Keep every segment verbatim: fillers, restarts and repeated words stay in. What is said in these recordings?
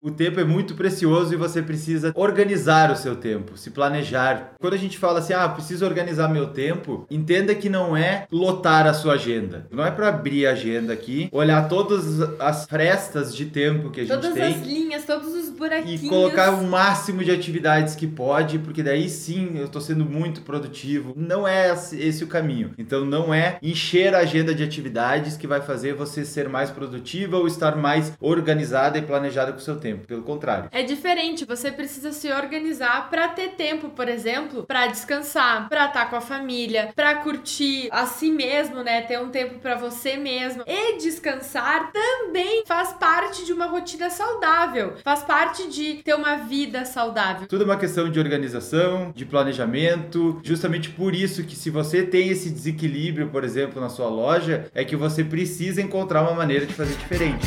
O tempo é muito precioso e você precisa organizar o seu tempo, se planejar. Quando a gente fala assim, ah, preciso organizar meu tempo, entenda que não é lotar a sua agenda. Não é para abrir a agenda aqui, olhar todas as frestas de tempo que a gente todas tem. Todas as linhas, todos os buraquinhos. E colocar o máximo de atividades que pode, porque daí sim eu estou sendo muito produtivo. Não é esse o caminho. Então não é encher a agenda de atividades que vai fazer você ser mais produtiva ou estar mais organizada e planejada com o seu tempo. Pelo contrário. É diferente, você precisa se organizar para ter tempo, por exemplo, para descansar, para estar com a família, para curtir a si mesmo, né? Ter um tempo para você mesmo. E descansar também faz parte de uma rotina saudável, faz parte de ter uma vida saudável. Tudo é uma questão de organização, de planejamento. Justamente por isso que se você tem esse desequilíbrio, por exemplo, na sua loja, é que você precisa encontrar uma maneira de fazer diferente.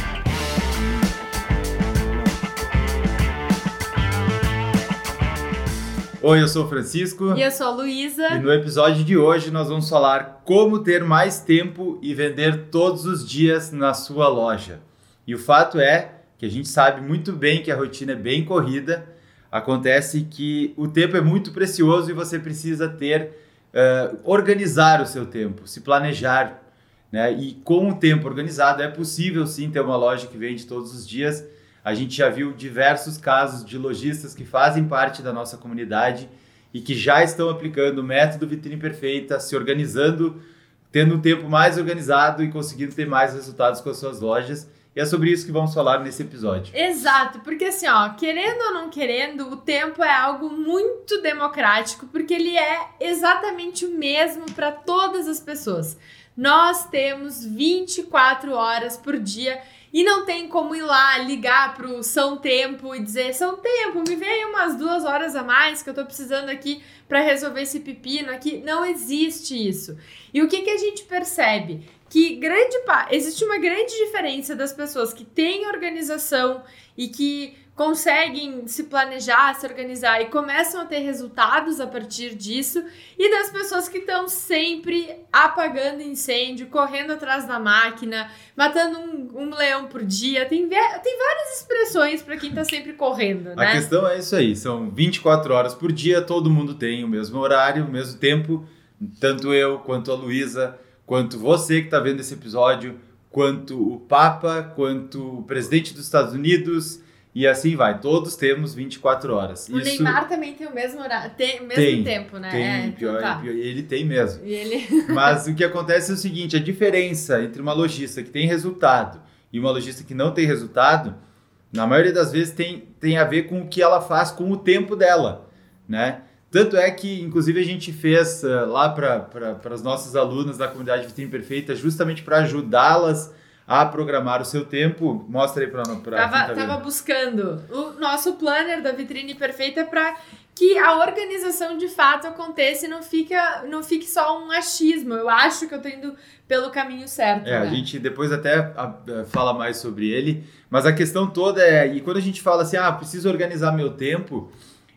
Oi, eu sou o Francisco. E eu sou a Luísa. E no episódio de hoje nós vamos falar como ter mais tempo e vender todos os dias na sua loja. E o fato é que a gente sabe muito bem que a rotina é bem corrida. Acontece que o tempo é muito precioso e você precisa ter, uh, organizar o seu tempo, se planejar, né? E com o tempo organizado é possível sim ter uma loja que vende todos os dias. A gente já viu diversos casos de lojistas que fazem parte da nossa comunidade e que já estão aplicando o método Vitrine Perfeita, se organizando, tendo um tempo mais organizado e conseguindo ter mais resultados com as suas lojas. E é sobre isso que vamos falar nesse episódio. Exato, porque assim, ó, querendo ou não querendo, o tempo é algo muito democrático, porque ele é exatamente o mesmo para todas as pessoas. Nós temos vinte e quatro horas por dia. E não tem como ir lá, ligar pro São Tempo e dizer, São Tempo, me vê aí umas duas horas a mais que eu tô precisando aqui para resolver esse pepino aqui. Não existe isso. E o que, que a gente percebe? Que grande pa- existe uma grande diferença das pessoas que têm organização e que conseguem se planejar, se organizar e começam a ter resultados a partir disso, e das pessoas que estão sempre apagando incêndio, correndo atrás da máquina, matando um, um leão por dia. Tem, ve- tem várias expressões para quem está sempre correndo, né? A questão é isso aí, são vinte e quatro horas por dia, todo mundo tem o mesmo horário, o mesmo tempo, tanto eu, quanto a Luísa, quanto você que está vendo esse episódio, quanto o Papa, quanto o presidente dos Estados Unidos. E assim vai, todos temos vinte e quatro horas. O Isso... Neymar também tem o mesmo, horário, tem, o mesmo tem, tempo, né? Tem, é, pior, então tá. pior, ele tem mesmo. E ele... Mas o que acontece é o seguinte, a diferença entre uma lojista que tem resultado e uma lojista que não tem resultado, na maioria das vezes tem, tem a ver com o que ela faz com o tempo dela, né? Tanto é que, inclusive, a gente fez uh, lá para as nossas alunas da comunidade Vitrine Perfeita, justamente para ajudá-las a programar o seu tempo. Mostra aí para nós. Tava, tava buscando o nosso planner da Vitrine Perfeita para que a organização de fato aconteça e não, fica, não fique só um achismo. Eu acho que eu tô indo pelo caminho certo. É, né? A gente depois até a, a, fala mais sobre ele, mas a questão toda é, e quando a gente fala assim, ah, preciso organizar meu tempo,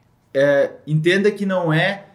é, entenda que não é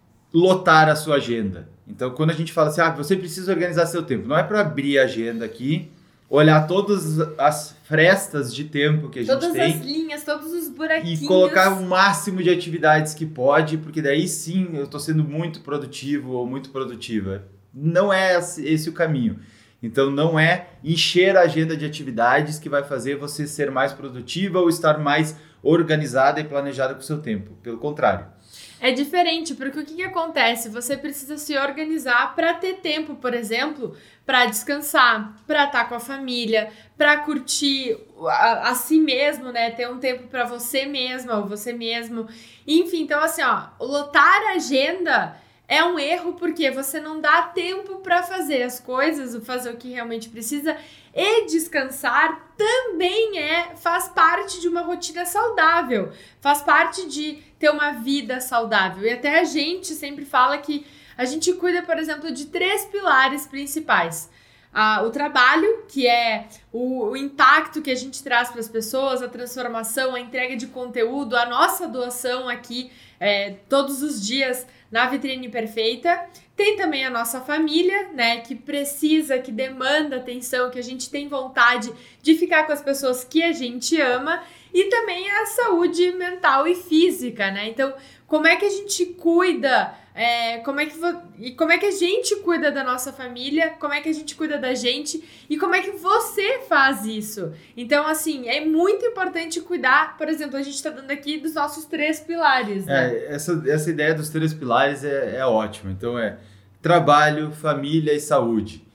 lotar a sua agenda. Então, quando a gente fala assim, ah, você precisa organizar seu tempo, não é para abrir a agenda aqui, olhar todas as frestas de tempo que a gente todas tem. Todas as linhas, todos os buraquinhos. E colocar o máximo de atividades que pode, porque daí sim eu estou sendo muito produtivo ou muito produtiva. Não é esse o caminho. Então não é encher a agenda de atividades que vai fazer você ser mais produtiva ou estar mais organizada e planejada com o seu tempo. Pelo contrário. É diferente, porque o que, que acontece? Você precisa se organizar para ter tempo, por exemplo, para descansar, para estar com a família, para curtir a, a si mesmo, né? Ter um tempo para você mesma ou você mesmo. Enfim, então assim, ó, lotar a agenda é um erro porque você não dá tempo para fazer as coisas, fazer o que realmente precisa, e descansar também é, faz parte de uma rotina saudável, faz parte de ter uma vida saudável. E até a gente sempre fala que a gente cuida, por exemplo, de três pilares principais. Ah, o trabalho, que é o, o impacto que a gente traz para as pessoas, a transformação, a entrega de conteúdo, a nossa doação aqui é, todos os dias na Vitrine Perfeita. Tem também a nossa família, né, que precisa, que demanda atenção, que a gente tem vontade de ficar com as pessoas que a gente ama. e também a saúde mental e física, né? Então, como é que a gente cuida, é, como é que vo- e como é que a gente cuida da nossa família, como é que a gente cuida da gente e como é que você faz isso. Então, assim, é muito importante cuidar, por exemplo, a gente tá dando aqui dos nossos três pilares, né? É, essa, essa ideia dos três pilares é, é ótima. Então é trabalho, família e saúde.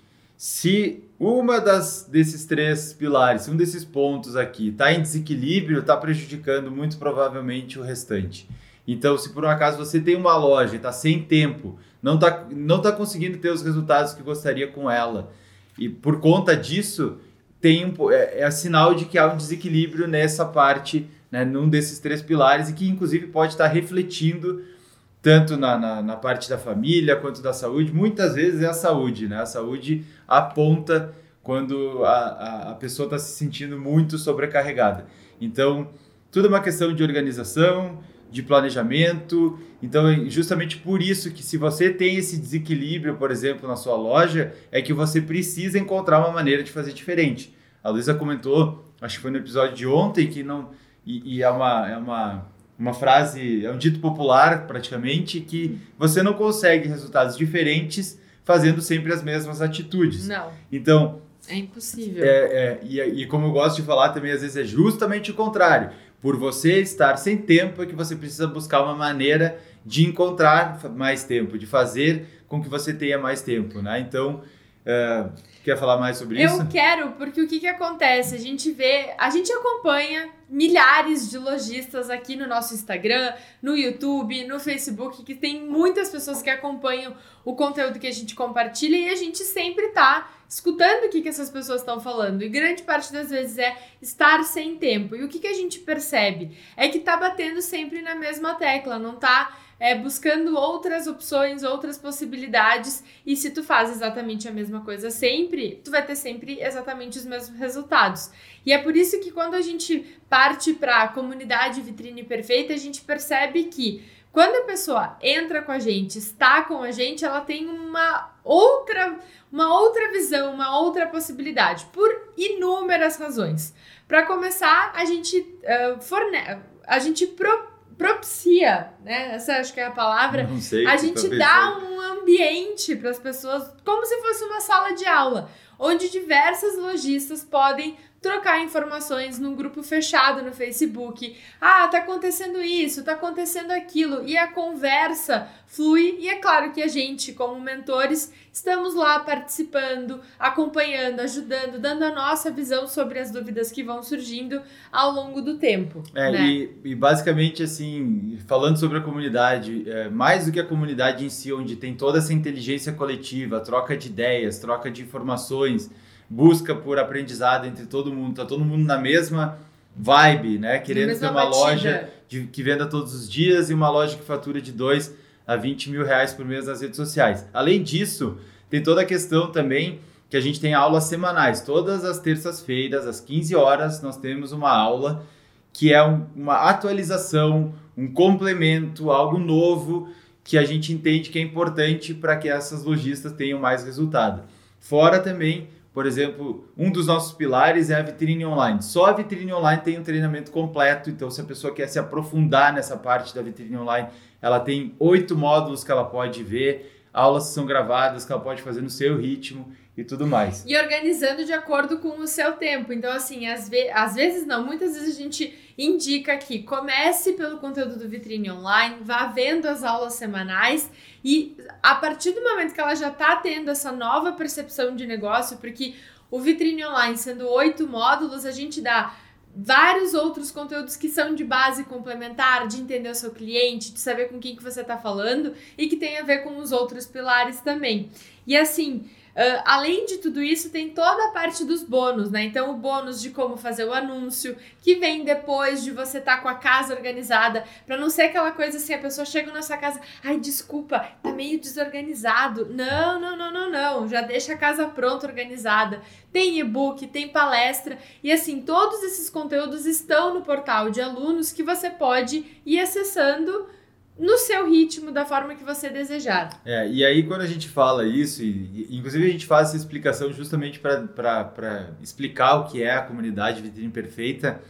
Se uma das, desses três pilares, se um desses pontos aqui está em desequilíbrio, está prejudicando muito provavelmente o restante. Então, se por um acaso você tem uma loja e está sem tempo, não está não tá conseguindo ter os resultados que gostaria com ela, e por conta disso, tem um, é, é sinal de que há um desequilíbrio nessa parte, né, num desses três pilares, e que inclusive pode estar refletindo tanto na, na, na parte da família quanto da saúde. Muitas vezes é a saúde, né? A saúde aponta quando a, a, a pessoa está se sentindo muito sobrecarregada. Então, tudo é uma questão de organização, de planejamento. Então, é justamente por isso que se você tem esse desequilíbrio, por exemplo, na sua loja, é que você precisa encontrar uma maneira de fazer diferente. A Luísa comentou, acho que foi no episódio de ontem, que não... E, e é uma... É uma Uma frase, é um dito popular praticamente, que você não consegue resultados diferentes fazendo sempre as mesmas atitudes. Não. Então, é impossível. É, é, e, e como eu gosto de falar também, às vezes é justamente o contrário. Por você estar sem tempo é que você precisa buscar uma maneira de encontrar mais tempo, de fazer com que você tenha mais tempo, né? Então, uh, quer falar mais sobre isso? Eu quero, porque o que, que acontece? A gente vê, a gente acompanha milhares de lojistas aqui no nosso Instagram, no YouTube, no Facebook, que tem muitas pessoas que acompanham o conteúdo que a gente compartilha e a gente sempre tá escutando o que, que essas pessoas estão falando. E grande parte das vezes é estar sem tempo. E o que, que a gente percebe? É que tá batendo sempre na mesma tecla, não tá é, buscando outras opções, outras possibilidades. E se tu faz exatamente a mesma coisa sempre, tu vai ter sempre exatamente os mesmos resultados. E é por isso que quando a gente parte para a comunidade Vitrine Perfeita, a gente percebe que quando a pessoa entra com a gente, está com a gente, ela tem uma outra, uma outra visão, uma outra possibilidade, por inúmeras razões. Para começar, a gente uh, fornece, a gente pro, propicia, né? Essa acho que é a palavra. Não sei, a gente dá um ambiente para as pessoas, como se fosse uma sala de aula, onde diversas lojistas podem trocar informações num grupo fechado no Facebook. Ah, tá acontecendo isso, tá acontecendo aquilo. E a conversa flui. E é claro que a gente, como mentores, estamos lá participando, acompanhando, ajudando, dando a nossa visão sobre as dúvidas que vão surgindo ao longo do tempo. É, né? e, e basicamente, assim, falando sobre a comunidade, é, mais do que a comunidade em si, onde tem toda essa inteligência coletiva, troca de ideias, troca de informações, busca por aprendizado entre todo mundo, tá todo mundo na mesma vibe, né? Querendo ter uma batida. loja de, que venda todos os dias e uma loja que fatura de dois a vinte mil reais por mês nas redes sociais. Além disso, tem toda a questão também que a gente tem aulas semanais. Todas as terças-feiras, às quinze horas, nós temos uma aula que é um, uma atualização, um complemento, algo novo que a gente entende que é importante para que essas lojistas tenham mais resultado. Fora também, por exemplo, um dos nossos pilares é a vitrine online. Só a vitrine online tem um treinamento completo, então se a pessoa quer se aprofundar nessa parte da vitrine online, ela tem oito módulos que ela pode ver, aulas que são gravadas, que ela pode fazer no seu ritmo e tudo mais. E organizando de acordo com o seu tempo. Então, assim, às, ve- às vezes não, muitas vezes a gente indica que comece pelo conteúdo do Vitrine Online, vá vendo as aulas semanais e a partir do momento que ela já está tendo essa nova percepção de negócio, porque o Vitrine Online, sendo oito módulos, a gente dá vários outros conteúdos que são de base complementar, de entender o seu cliente, de saber com quem que você está falando e que tem a ver com os outros pilares também. E assim, Uh, além de tudo isso, tem toda a parte dos bônus, né? Então, o bônus de como fazer o anúncio, que vem depois de você estar tá com a casa organizada, para não ser aquela coisa assim, a pessoa chega na sua casa, ai, desculpa, tá meio desorganizado. Não, não, não, não, não, já deixa a casa pronta, organizada. Tem e-book, tem palestra, e assim, todos esses conteúdos estão no portal de alunos que você pode ir acessando no seu ritmo, da forma que você desejar. É, e aí quando a gente fala isso, e, e, inclusive a gente faz essa explicação justamente para explicar o que é a comunidade Vitrine Perfeita,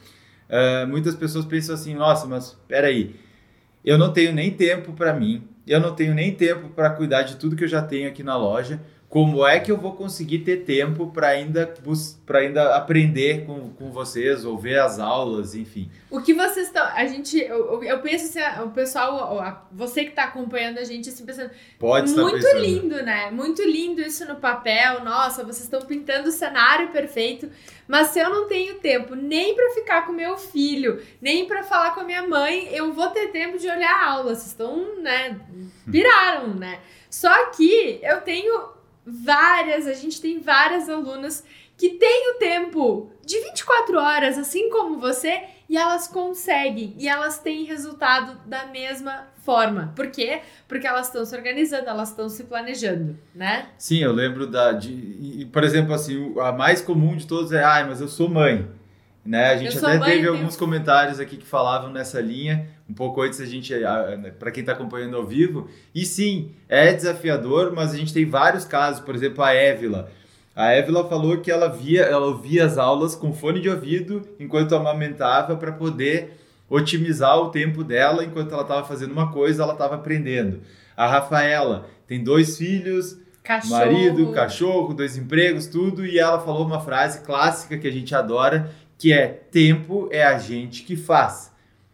Uh, muitas pessoas pensam assim, nossa, mas peraí, eu não tenho nem tempo para mim, eu não tenho nem tempo para cuidar de tudo que eu já tenho aqui na loja. Como é que eu vou conseguir ter tempo para ainda, para ainda aprender com, com vocês, ou ver as aulas, enfim? O que vocês estão... A gente... Eu, eu penso assim, o pessoal... Você que está acompanhando a gente, assim, pensando... Pode estar muito pensando. lindo, né? Muito lindo isso no papel. Nossa, vocês estão pintando o cenário perfeito. Mas se eu não tenho tempo nem para ficar com meu filho, nem para falar com a minha mãe, eu vou ter tempo de olhar a aula. Vocês estão, né? Piraram, né? Só que eu tenho... várias, a gente tem várias alunas que têm o tempo de vinte e quatro horas, assim como você, e elas conseguem, e elas têm resultado da mesma forma. Por quê? Porque elas estão se organizando, elas estão se planejando, né? Sim, eu lembro da... De, por exemplo, assim, a mais comum de todos é, ai, mas eu sou mãe. Né? A gente até teve tenho... alguns comentários aqui que falavam nessa linha, um pouco antes a gente, para quem está acompanhando ao vivo, e sim, é desafiador, mas a gente tem vários casos, por exemplo, a Évila. A Évila falou que ela via, ela ouvia as aulas com fone de ouvido enquanto amamentava para poder otimizar o tempo dela, enquanto ela estava fazendo uma coisa, ela estava aprendendo. A Rafaela tem dois filhos, cachorro. marido, cachorro, dois empregos, tudo, e ela falou uma frase clássica que a gente adora, que é, tempo é a gente que faz.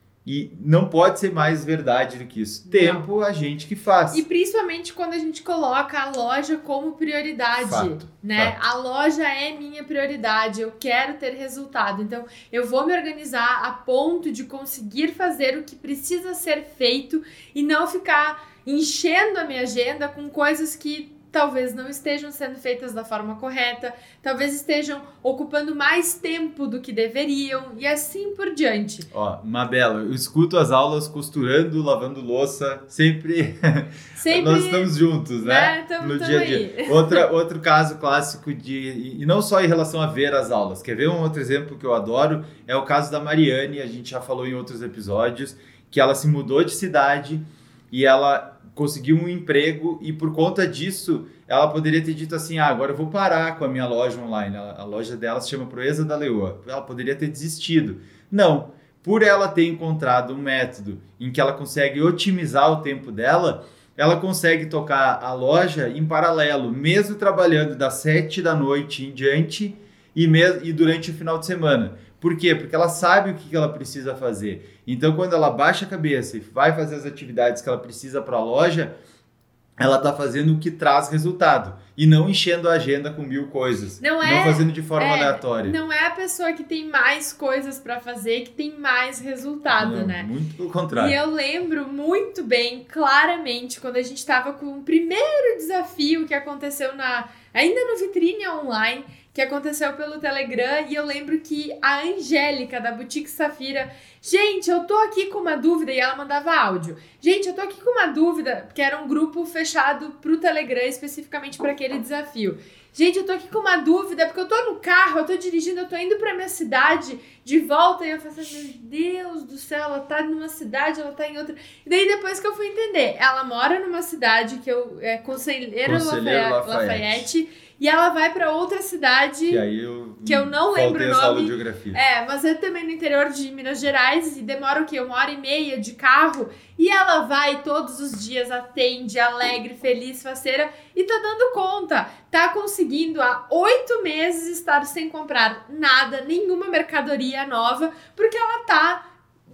E não pode ser mais verdade do que isso. Tempo não. A gente que faz. E principalmente quando a gente coloca a loja como prioridade, fato, né? Fato. A loja é minha prioridade, eu quero ter resultado. Então, eu vou me organizar a ponto de conseguir fazer o que precisa ser feito e não ficar enchendo a minha agenda com coisas que talvez não estejam sendo feitas da forma correta, talvez estejam ocupando mais tempo do que deveriam e assim por diante. Ó, Mabela, eu escuto as aulas costurando, lavando louça, sempre, sempre nós estamos juntos, né? né? Tamo, no tamo dia a dia. Aí. Outra, outro caso clássico de, e não só em relação a ver as aulas, quer ver um outro exemplo que eu adoro? É o caso da Mariane, a gente já falou em outros episódios, que ela se mudou de cidade e ela conseguiu um emprego e por conta disso ela poderia ter dito assim, ah, agora eu vou parar com a minha loja online, a, a loja dela se chama Proeza da Leoa, ela poderia ter desistido. Não, por ela ter encontrado um método em que ela consegue otimizar o tempo dela, ela consegue tocar a loja em paralelo, mesmo trabalhando das sete da noite em diante e, mesmo, e durante o final de semana. Por quê? Porque ela sabe o que ela precisa fazer. Então, quando ela baixa a cabeça e vai fazer as atividades que ela precisa para a loja, ela está fazendo o que traz resultado. E não enchendo a agenda com mil coisas. Não, é, não fazendo de forma é, aleatória. Não é a pessoa que tem mais coisas para fazer que tem mais resultado, não, né? Muito pelo contrário. E eu lembro muito bem, claramente, quando a gente estava com o primeiro desafio que aconteceu na, ainda no Vitrine Online, que aconteceu pelo Telegram, e eu lembro que a Angélica, da Boutique Safira, gente, eu tô aqui com uma dúvida, e ela mandava áudio. Gente, eu tô aqui com uma dúvida, porque era um grupo fechado pro Telegram, especificamente para aquele desafio. Gente, eu tô aqui com uma dúvida, porque eu tô no carro, eu tô dirigindo, eu tô indo pra minha cidade, de volta, e eu falei assim, meu Deus do céu, ela tá numa cidade, ela tá em outra. E daí depois que eu fui entender, ela mora numa cidade que eu é Conselheiro, Conselheiro Lafayette, Lafayette. Lafayette, e ela vai pra outra cidade que, aí eu, que eu não lembro o nome. De geografia. É, mas é também no interior de Minas Gerais e demora o quê? Uma hora e meia de carro. E ela vai todos os dias, atende, alegre, feliz, faceira e tá dando conta. Tá conseguindo há oito meses estar sem comprar nada, nenhuma mercadoria nova, porque ela tá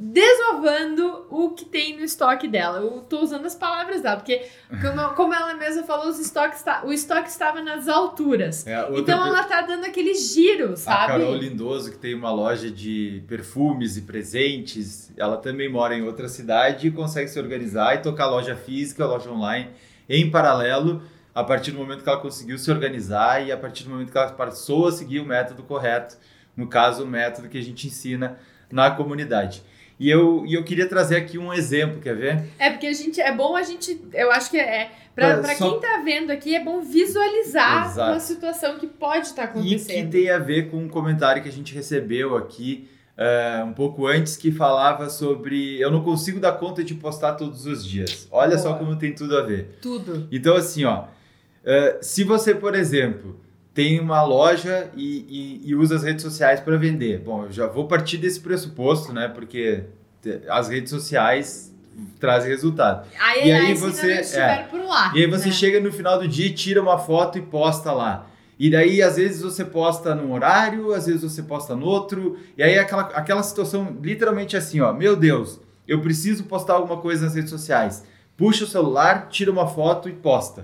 desovando o que tem no estoque dela. Eu tô usando as palavras dela, porque como, como ela mesma falou, os estoques tá, o estoque estava nas alturas. É, então ela tá dando aquele giro, sabe? A Carol Lindoso, que tem uma loja de perfumes e presentes, ela também mora em outra cidade e consegue se organizar e tocar loja física, loja online em paralelo, a partir do momento que ela conseguiu se organizar e a partir do momento que ela passou a seguir o método correto, no caso, o método que a gente ensina na comunidade. E eu, e eu queria trazer aqui um exemplo, quer ver? É, porque a gente, é bom a gente, eu acho que é, pra, pra só... quem tá vendo aqui, é bom visualizar Exato. Uma situação que pode estar tá acontecendo. E que tem a ver com um comentário que a gente recebeu aqui, uh, um pouco antes, que falava sobre, eu não consigo dar conta de postar todos os dias. Olha Boa. Só como tem tudo a ver. Tudo. Então assim, ó, uh, se você, por exemplo, tem uma loja e, e, e usa as redes sociais para vender. Bom, eu já vou partir desse pressuposto, né? Porque as redes sociais trazem resultado. Aí, e aí, aí você, se não estiver é, por lá. e aí você né? chega no final do dia, tira uma foto e posta lá. E daí, às vezes, você posta num horário, às vezes você posta no outro. E aí, aquela, aquela situação literalmente assim, ó. Meu Deus, eu preciso postar alguma coisa nas redes sociais. Puxa o celular, tira uma foto e posta.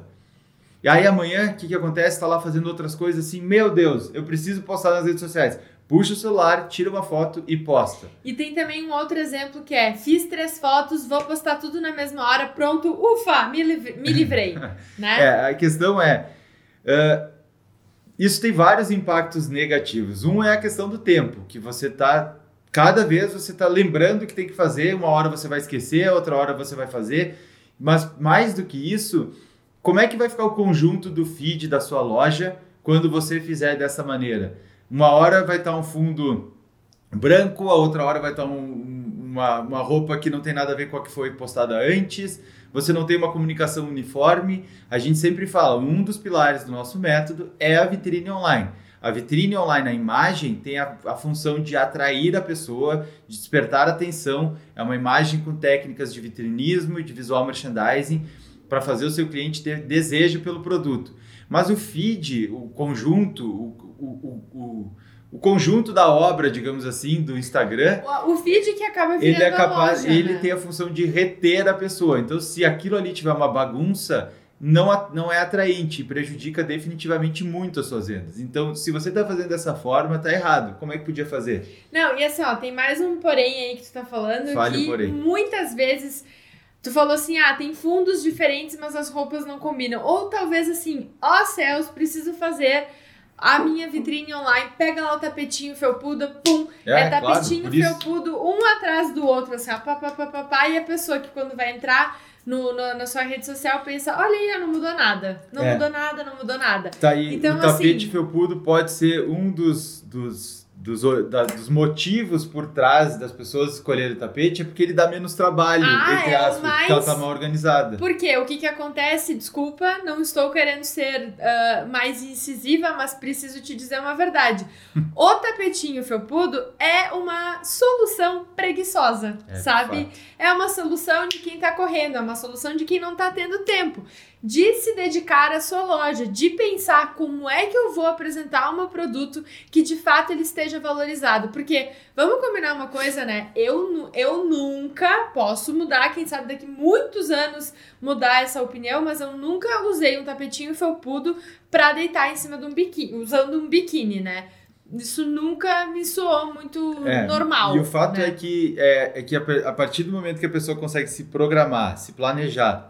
E aí amanhã, o que, que acontece? Está lá fazendo outras coisas assim, meu Deus, eu preciso postar nas redes sociais. Puxa o celular, tira uma foto e posta. E tem também um outro exemplo que é, fiz três fotos, vou postar tudo na mesma hora, pronto, ufa, me, liv- me livrei. né? É, a questão é, uh, isso tem vários impactos negativos. Um é a questão do tempo, que você está, cada vez você está lembrando que tem que fazer, uma hora você vai esquecer, outra hora você vai fazer, mas mais do que isso... Como é que vai ficar o conjunto do feed da sua loja quando você fizer dessa maneira? Uma hora vai estar um fundo branco, a outra hora vai estar um, uma, uma roupa que não tem nada a ver com a que foi postada antes, você não tem uma comunicação uniforme. A gente sempre fala, um dos pilares do nosso método é a vitrine online. A vitrine online, a imagem, tem a, a função de atrair a pessoa, de despertar a atenção. É uma imagem com técnicas de vitrinismo e de visual merchandising, para fazer o seu cliente ter desejo pelo produto. Mas o feed, o conjunto, o, o, o, o, o conjunto da obra, digamos assim, do Instagram... O, o feed que acaba virando ele é capaz, a loja, ele né? tem a função de reter a pessoa. Então, se aquilo ali tiver uma bagunça, não, não é atraente, prejudica definitivamente muito as suas vendas. Então, se você está fazendo dessa forma, tá errado. Como é que podia fazer? Não, e assim, ó, tem mais um porém aí que tu tá falando, Fale o que porém. muitas vezes... Tu falou assim, ah, tem fundos diferentes, mas as roupas não combinam. Ou talvez assim, ó céus, preciso fazer a minha vitrine online, pega lá o tapetinho felpudo, pum, é, é tapetinho claro, felpudo, um atrás do outro, assim, ó, pá, pá, pá, pá, pá, e a pessoa que quando vai entrar no, no, na sua rede social pensa, olha aí, não mudou nada, não é. mudou nada, não mudou nada. Tá aí, então, o tapete assim, felpudo pode ser um dos... dos... Dos, da, dos motivos por trás das pessoas escolherem o tapete é porque ele dá menos trabalho, ah, entre é aspas, mais... porque ela tá mal organizada. Por quê? O que que acontece? Desculpa, não estou querendo ser uh, mais incisiva, mas preciso te dizer uma verdade. O tapetinho felpudo é uma solução preguiçosa, é, sabe? É uma solução de quem tá correndo, é uma solução de quem não tá tendo tempo. De se dedicar à sua loja, de pensar como é que eu vou apresentar um produto que de fato ele esteja valorizado. Porque, vamos combinar uma coisa, né? Eu, eu nunca posso mudar, quem sabe daqui muitos anos mudar essa opinião, mas eu nunca usei um tapetinho felpudo pra deitar em cima de um biquíni, usando um biquíni, né? Isso nunca me soou muito é, normal. E o fato né? é que, é, é que a, a partir do momento que a pessoa consegue se programar, se planejar,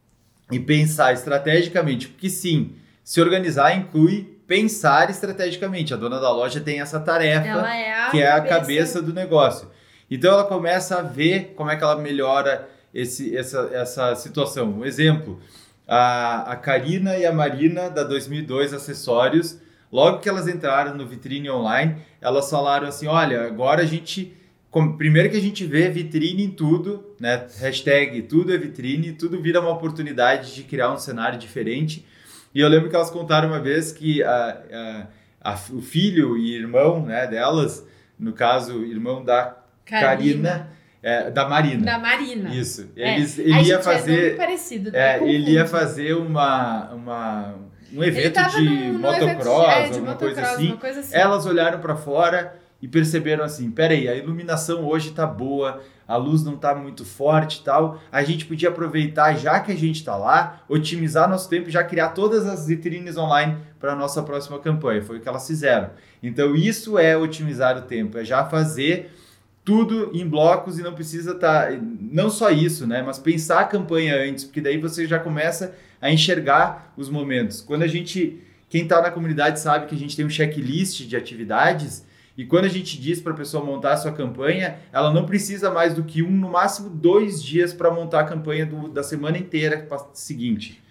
e pensar estrategicamente, porque sim, se organizar inclui pensar estrategicamente. A dona da loja tem essa tarefa, ela é a que é a cabeça. cabeça do negócio. Então ela começa a ver como é que ela melhora esse, essa, essa situação. Um exemplo, a, a Karina e a Marina, da dois mil e dois Acessórios, logo que elas entraram no Vitrine Online, elas falaram assim, olha, agora a gente... Primeiro que a gente vê vitrine em tudo, né? Hashtag tudo é vitrine, tudo vira uma oportunidade de criar um cenário diferente. E eu lembro que elas contaram uma vez que a, a, a, o filho e irmão, né, delas, no caso, irmão da Karina, Karina é, da Marina. Da Marina. Isso. É. Eles, ele Ai, ia gente, fazer. É nome parecido, é, confundo. ele ia fazer uma. uma um evento de num, motocross, num evento, é, de alguma motocross, coisa assim. uma coisa assim. Elas olharam para fora e perceberam assim, peraí, a iluminação hoje tá boa, a luz não tá muito forte e tal, a gente podia aproveitar, já que a gente tá lá, otimizar nosso tempo e já criar todas as vitrines online para a nossa próxima campanha. Foi o que elas fizeram. Então isso é otimizar o tempo, é já fazer tudo em blocos e não precisa estar, tá, não só isso, né, mas pensar a campanha antes, porque daí você já começa a enxergar os momentos. Quando a gente, quem tá na comunidade sabe que a gente tem um checklist de atividades. E quando a gente diz para a pessoa montar a sua campanha, ela não precisa mais do que um, no máximo dois dias para montar a campanha do, da semana inteira seguinte.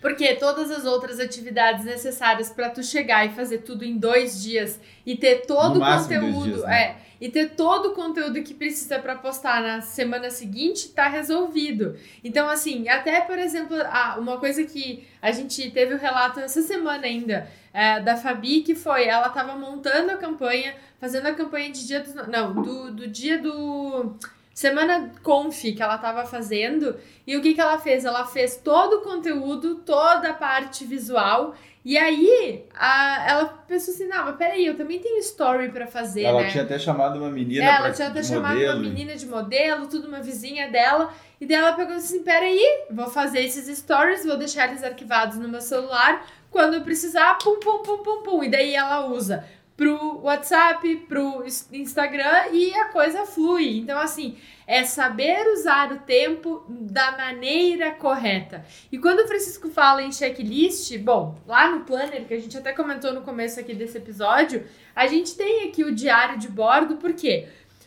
Porque todas as outras atividades necessárias para tu chegar e fazer tudo em dois dias e ter todo No o máximo dois conteúdo, dias, né? é, e ter todo o conteúdo que precisa para postar na semana seguinte, tá resolvido. Então, assim, até, por exemplo, ah, uma coisa que a gente teve o relato essa semana ainda, é, da Fabi, que foi, ela tava montando a campanha, fazendo a campanha de dia dos... Não, do, do dia do... Semana Conf que ela tava fazendo, e o que que ela fez? Ela fez todo o conteúdo, toda a parte visual, e aí a, ela pensou assim, não, mas peraí, eu também tenho story pra fazer, Ela né? tinha até chamado uma menina Ela pra, tinha até de chamado modelo. uma menina de modelo, tudo, uma vizinha dela, e daí ela pegou assim, peraí, vou fazer esses stories, vou deixar eles arquivados no meu celular, quando eu precisar, pum, pum, pum, pum, pum, e daí ela usa pro WhatsApp, pro Instagram e a coisa flui. Então, assim, é saber usar o tempo da maneira correta. E quando o Francisco fala em checklist, bom, lá no Planner, que a gente até comentou no começo aqui desse episódio, a gente tem aqui o diário de bordo, por quê?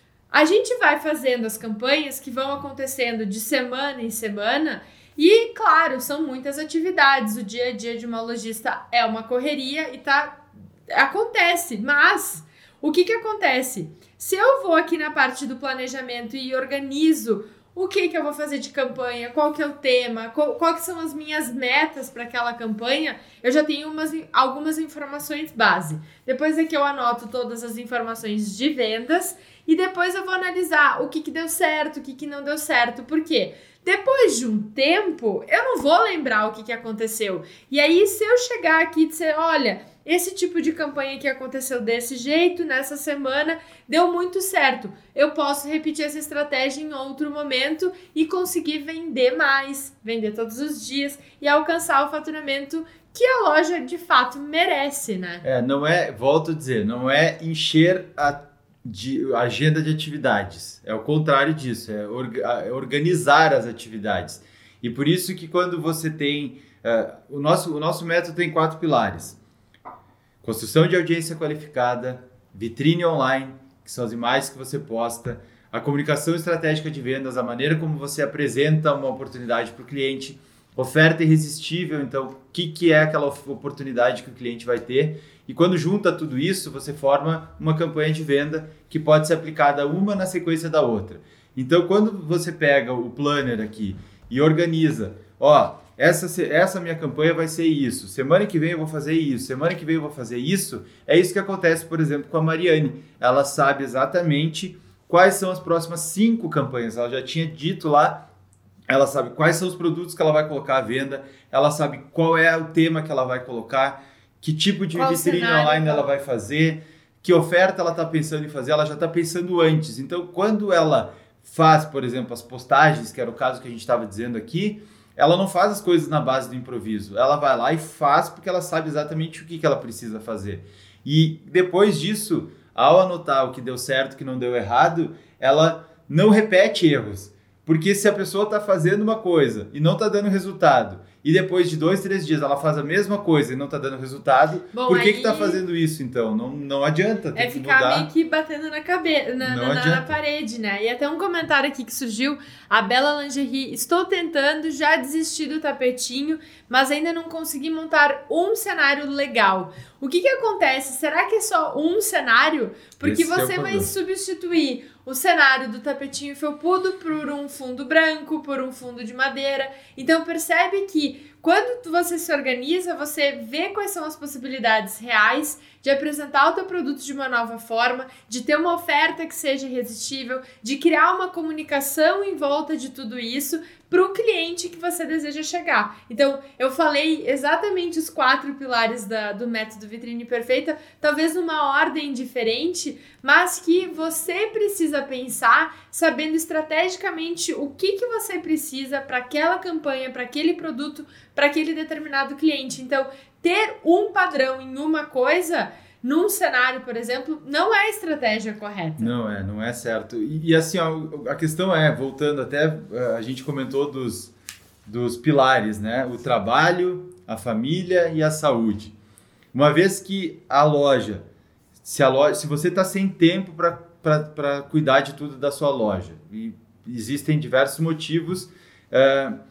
A gente vai fazendo as campanhas que vão acontecendo de semana em semana e, claro, são muitas atividades. O dia a dia de uma lojista é uma correria e tá... Acontece, mas o que que acontece? Se eu vou aqui na parte do planejamento e organizo o que que eu vou fazer de campanha, qual que é o tema, qual, qual que são as minhas metas para aquela campanha, eu já tenho umas, algumas informações base. Depois é que eu anoto todas as informações de vendas e depois eu vou analisar o que que deu certo, o que que não deu certo. Por quê? Depois de um tempo, eu não vou lembrar o que que aconteceu. E aí, se eu chegar aqui e dizer, olha, esse tipo de campanha que aconteceu desse jeito, nessa semana, deu muito certo. Eu posso repetir essa estratégia em outro momento e conseguir vender mais, vender todos os dias e alcançar o faturamento que a loja de fato merece, né? É, não é, volto a dizer, não é encher a de agenda de atividades. É o contrário disso, é, orga, é organizar as atividades. E por isso que quando você tem... Uh, o, nosso, o nosso método tem quatro pilares. Construção de audiência qualificada, vitrine online, que são as imagens que você posta, a comunicação estratégica de vendas, a maneira como você apresenta uma oportunidade para o cliente, oferta irresistível, então o que, que é aquela oportunidade que o cliente vai ter. E quando junta tudo isso, você forma uma campanha de venda que pode ser aplicada uma na sequência da outra. Então, quando você pega o planner aqui e organiza, ó, essa, essa minha campanha vai ser isso, semana que vem eu vou fazer isso, semana que vem eu vou fazer isso, é isso que acontece, por exemplo, com a Mariane. Ela sabe exatamente quais são as próximas cinco campanhas, ela já tinha dito lá, ela sabe quais são os produtos que ela vai colocar à venda, ela sabe qual é o tema que ela vai colocar, que tipo de Qual vitrine cenário, online qual... ela vai fazer, que oferta ela está pensando em fazer, ela já está pensando antes. Então, quando ela faz, por exemplo, as postagens, que era o caso que a gente estava dizendo aqui, ela não faz as coisas na base do improviso. Ela vai lá e faz porque ela sabe exatamente o que, que ela precisa fazer. E depois disso, ao anotar o que deu certo, o que não deu errado, ela não repete erros. Porque se a pessoa está fazendo uma coisa e não está dando resultado, e depois de dois, três dias ela faz a mesma coisa e não está dando resultado, Bom, por que aí... que está fazendo isso então? Não, não adianta, tem É que ficar mudar. meio que batendo na cabeça, na, na, na parede, né? E até um comentário aqui que surgiu, a Bela Lingerie, estou tentando já desistir do tapetinho, mas ainda não consegui montar um cenário legal. O que que acontece? Será que é só um cenário? Porque Esse você é o vai problema. substituir o cenário do tapetinho felpudo por um fundo branco, por um fundo de madeira. Então percebe que quando você se organiza, você vê quais são as possibilidades reais de apresentar o teu produto de uma nova forma, de ter uma oferta que seja irresistível, de criar uma comunicação em volta de tudo isso para o cliente que você deseja chegar. Então, eu falei exatamente os quatro pilares da, do método Vitrine Perfeita, talvez numa ordem diferente, mas que você precisa pensar sabendo estrategicamente o que, que você precisa para aquela campanha, para aquele produto, para aquele determinado cliente. Então, ter um padrão em uma coisa, num cenário, por exemplo, não é a estratégia correta. Não é, não é certo. E, e assim, ó, a questão é, voltando até, a gente comentou dos, dos pilares, né? O trabalho, a família e a saúde. Uma vez que a loja, se, a loja, se você está sem tempo para cuidar de tudo da sua loja, e existem diversos motivos, é,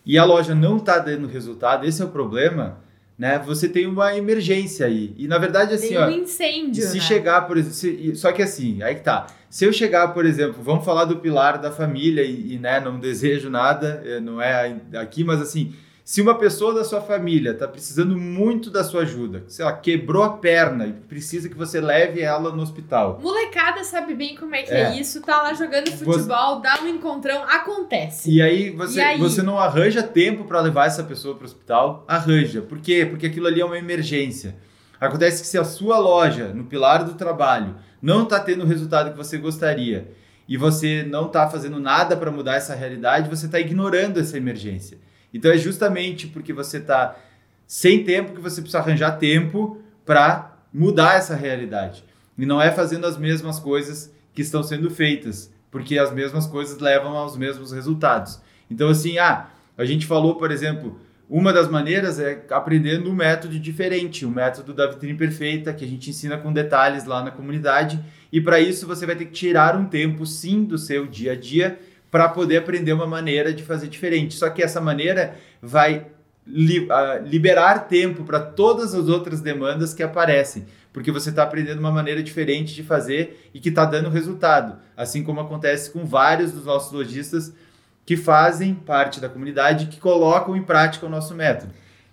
e a loja não está dando resultado, esse é o problema, né? Você tem uma emergência aí. E na verdade, assim, tem um ó, incêndio, se né? chegar, por exemplo, se, só que assim, aí que tá. Se eu chegar, por exemplo, vamos falar do pilar da família e, e né, não desejo nada, não é aqui, mas assim, se uma pessoa da sua família está precisando muito da sua ajuda, sei lá, quebrou a perna e precisa que você leve ela no hospital. Molecada sabe bem como é que É. é isso, tá lá jogando futebol, dá um encontrão, acontece. E aí você, E aí? você não arranja tempo para levar essa pessoa para o hospital? Arranja. Por quê? Porque aquilo ali é uma emergência. Acontece que se a sua loja, no pilar do trabalho, não está tendo o resultado que você gostaria e você não está fazendo nada para mudar essa realidade, você está ignorando essa emergência. Então é justamente porque você está sem tempo que você precisa arranjar tempo para mudar essa realidade. E não é fazendo as mesmas coisas que estão sendo feitas, porque as mesmas coisas levam aos mesmos resultados. Então assim, ah, a gente falou, por exemplo, uma das maneiras é aprendendo um método diferente, o método da vitrine perfeita, que a gente ensina com detalhes lá na comunidade. E para isso você vai ter que tirar um tempo, sim, do seu dia a dia para poder aprender uma maneira de fazer diferente. Só que essa maneira vai li- uh, liberar tempo para todas as outras demandas que aparecem, porque você está aprendendo uma maneira diferente de fazer e que está dando resultado. Assim como acontece com vários dos nossos lojistas que fazem parte da comunidade, que colocam em prática o nosso método.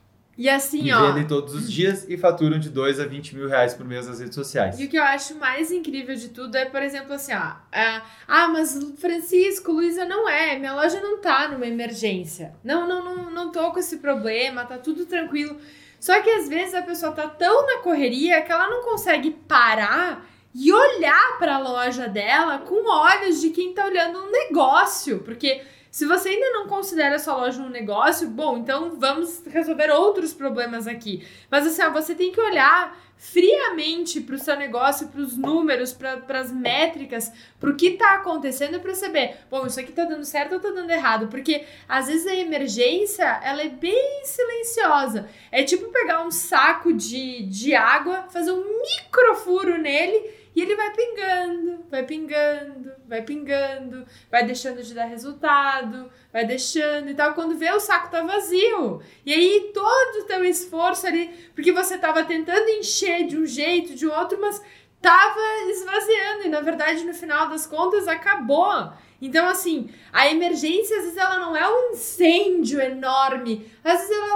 E assim, e ó... vendem todos os dias e faturam de dois a vinte mil reais por mês nas redes sociais. E o que eu acho mais incrível de tudo é, por exemplo, assim, ó... É, ah, mas Francisco, Luísa, não é. Minha loja não tá numa emergência. Não, não, não, não tô com esse problema, tá tudo tranquilo. Só que às vezes a pessoa tá tão na correria que ela não consegue parar e olhar para a loja dela com olhos de quem tá olhando um negócio. Porque... se você ainda não considera a sua loja um negócio, bom, então vamos resolver outros problemas aqui. Mas assim, ó, você tem que olhar friamente para o seu negócio, para os números, para as métricas, para o que está acontecendo para saber, bom, isso aqui está dando certo ou está dando errado? Porque às vezes a emergência, ela é bem silenciosa. É tipo pegar um saco de, de água, fazer um micro furo nele e ele vai pingando, vai pingando, vai pingando, vai deixando de dar resultado, vai deixando e tal. Quando vê, o saco tá vazio. E aí todo o teu esforço ali, porque você tava tentando encher de um jeito, de outro, mas tava esvaziando. E na verdade, no final das contas, acabou. Então, assim, a emergência, às vezes, ela não é um incêndio enorme. Às vezes, ela é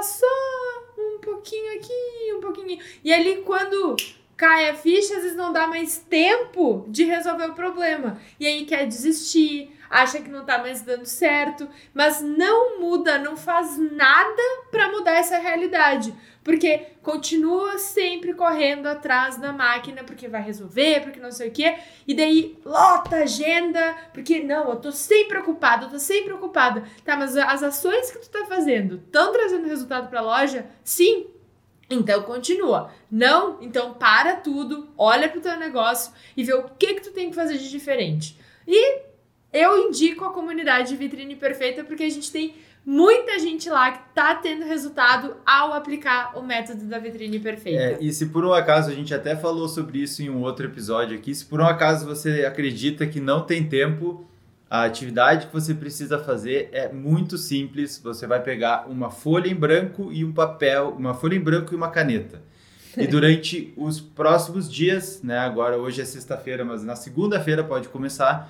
só um pouquinho aqui, um pouquinho... E ali, quando... cai a ficha, às vezes não dá mais tempo de resolver o problema. E aí quer desistir, acha que não tá mais dando certo, mas não muda, não faz nada para mudar essa realidade. Porque continua sempre correndo atrás da máquina, porque vai resolver, porque não sei o quê. E daí lota a agenda, porque não, eu tô sempre ocupada, eu tô sempre ocupada. Tá, mas as ações que tu tá fazendo estão trazendo resultado pra loja? Sim. Então continua. Não? Então para tudo, olha pro teu negócio e vê o que que tu tem que fazer de diferente. E eu indico a comunidade Vitrine Perfeita porque a gente tem muita gente lá que tá tendo resultado ao aplicar o método da Vitrine Perfeita. É, e se por um acaso, a gente até falou sobre isso em um outro episódio aqui, se por um acaso você acredita que não tem tempo, a atividade que você precisa fazer é muito simples. Você vai pegar uma folha em branco e um papel, uma folha em branco e uma caneta. E durante os próximos dias, né, agora hoje é sexta-feira, mas na segunda-feira pode começar,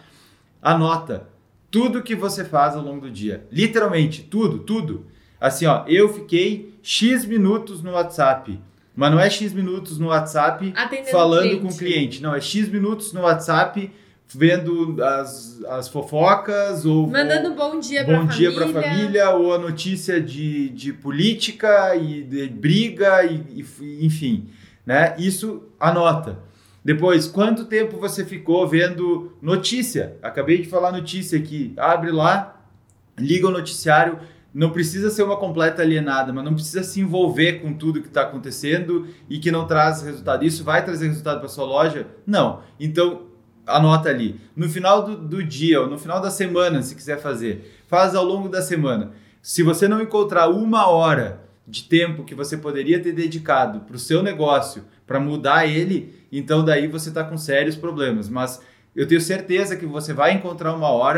anota tudo que você faz ao longo do dia. Literalmente, tudo, tudo. Assim, ó, eu fiquei X minutos no WhatsApp. Mas não é X minutos no WhatsApp atendendo falando cliente. com o cliente. Não, é X minutos no WhatsApp vendo as, as fofocas ou mandando ou, bom dia bom pra dia família. pra família ou a notícia de, de política e de briga e, e enfim, né? Isso anota. Depois, quanto tempo você ficou vendo notícia? Acabei de falar notícia aqui. Abre lá, liga o noticiário. Não precisa ser uma completa alienada, mas não precisa se envolver com tudo que está acontecendo e que não traz resultado. Isso vai trazer resultado para sua loja? Não. Então, anota ali. No final do, do dia ou no final da semana, se quiser fazer, faz ao longo da semana. Se você não encontrar uma hora de tempo que você poderia ter dedicado para o seu negócio, para mudar ele, então daí você está com sérios problemas. Mas eu tenho certeza que você vai encontrar uma hora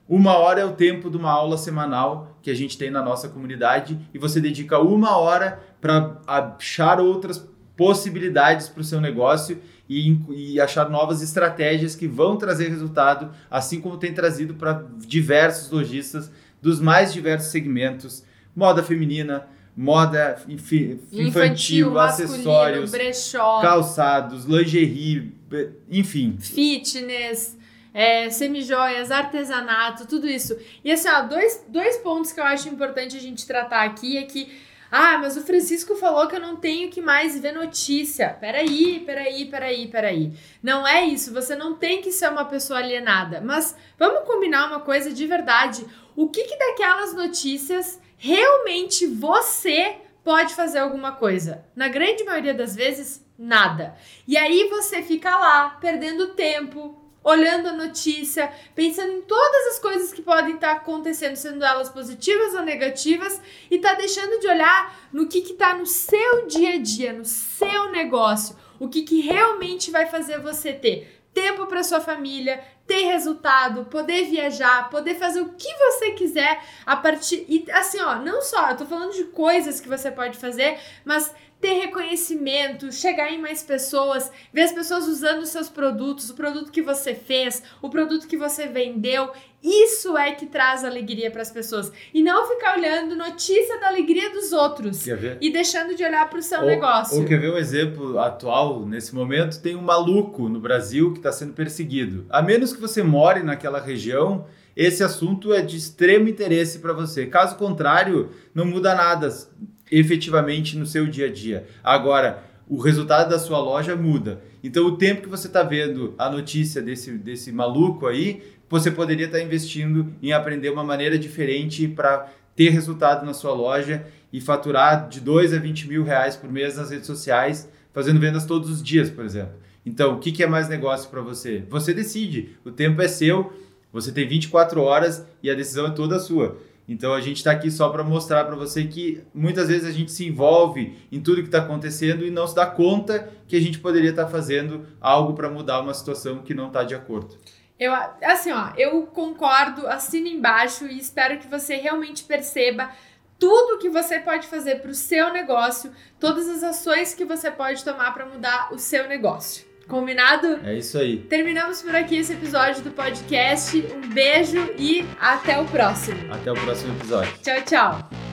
Uma hora é o tempo de uma aula semanal que a gente tem na nossa comunidade e você dedica uma hora para achar outras possibilidades para o seu negócio e, e achar novas estratégias que vão trazer resultado, assim como tem trazido para diversos lojistas dos mais diversos segmentos, moda feminina, moda infi- infantil, infantil acessórios, brechó, calçados, lingerie, enfim. Fitness... É, semijoias, artesanato, tudo isso. E assim, ó, dois, dois pontos que eu acho importante a gente tratar aqui é que, ah, mas o Francisco falou que eu não tenho que mais ver notícia. Peraí, peraí, peraí, peraí. Não é isso, você não tem que ser uma pessoa alienada. Mas vamos combinar uma coisa de verdade. O que que daquelas notícias realmente você pode fazer alguma coisa? Na grande maioria das vezes, nada. E aí você fica lá, perdendo tempo, olhando a notícia, pensando em todas as coisas que podem estar acontecendo, sendo elas positivas ou negativas, e tá deixando de olhar no que que tá no seu dia a dia, no seu negócio, o que que realmente vai fazer você ter tempo para sua família, ter resultado, poder viajar, poder fazer o que você quiser a partir... E assim, ó, não só, eu tô falando de coisas que você pode fazer, mas ter reconhecimento, chegar em mais pessoas, ver as pessoas usando os seus produtos, o produto que você fez, o produto que você vendeu. Isso é que traz alegria para as pessoas. E não ficar olhando notícia da alegria dos outros e deixando de olhar para o seu ou, negócio. Ou quer ver um exemplo atual, nesse momento, tem um maluco no Brasil que está sendo perseguido. A menos que você more naquela região, esse assunto é de extremo interesse para você. Caso contrário, não muda nada efetivamente no seu dia a dia. Agora, o resultado da sua loja muda. Então, o tempo que você está vendo a notícia desse, desse maluco aí, você poderia estar tá investindo em aprender uma maneira diferente para ter resultado na sua loja e faturar de dois a vinte mil reais por mês nas redes sociais, fazendo vendas todos os dias, por exemplo. Então, o que, que é mais negócio para você? Você decide. O tempo é seu, você tem vinte e quatro horas e a decisão é toda sua. Então a gente está aqui só para mostrar para você que muitas vezes a gente se envolve em tudo que está acontecendo e não se dá conta que a gente poderia estar tá fazendo algo para mudar uma situação que não está de acordo. Eu, assim, ó, eu concordo, assino embaixo e espero que você realmente perceba tudo que você pode fazer para o seu negócio, todas as ações que você pode tomar para mudar o seu negócio. Combinado? É isso aí. Terminamos por aqui esse episódio do podcast. Um beijo e até o próximo. Até o próximo episódio. Tchau, tchau.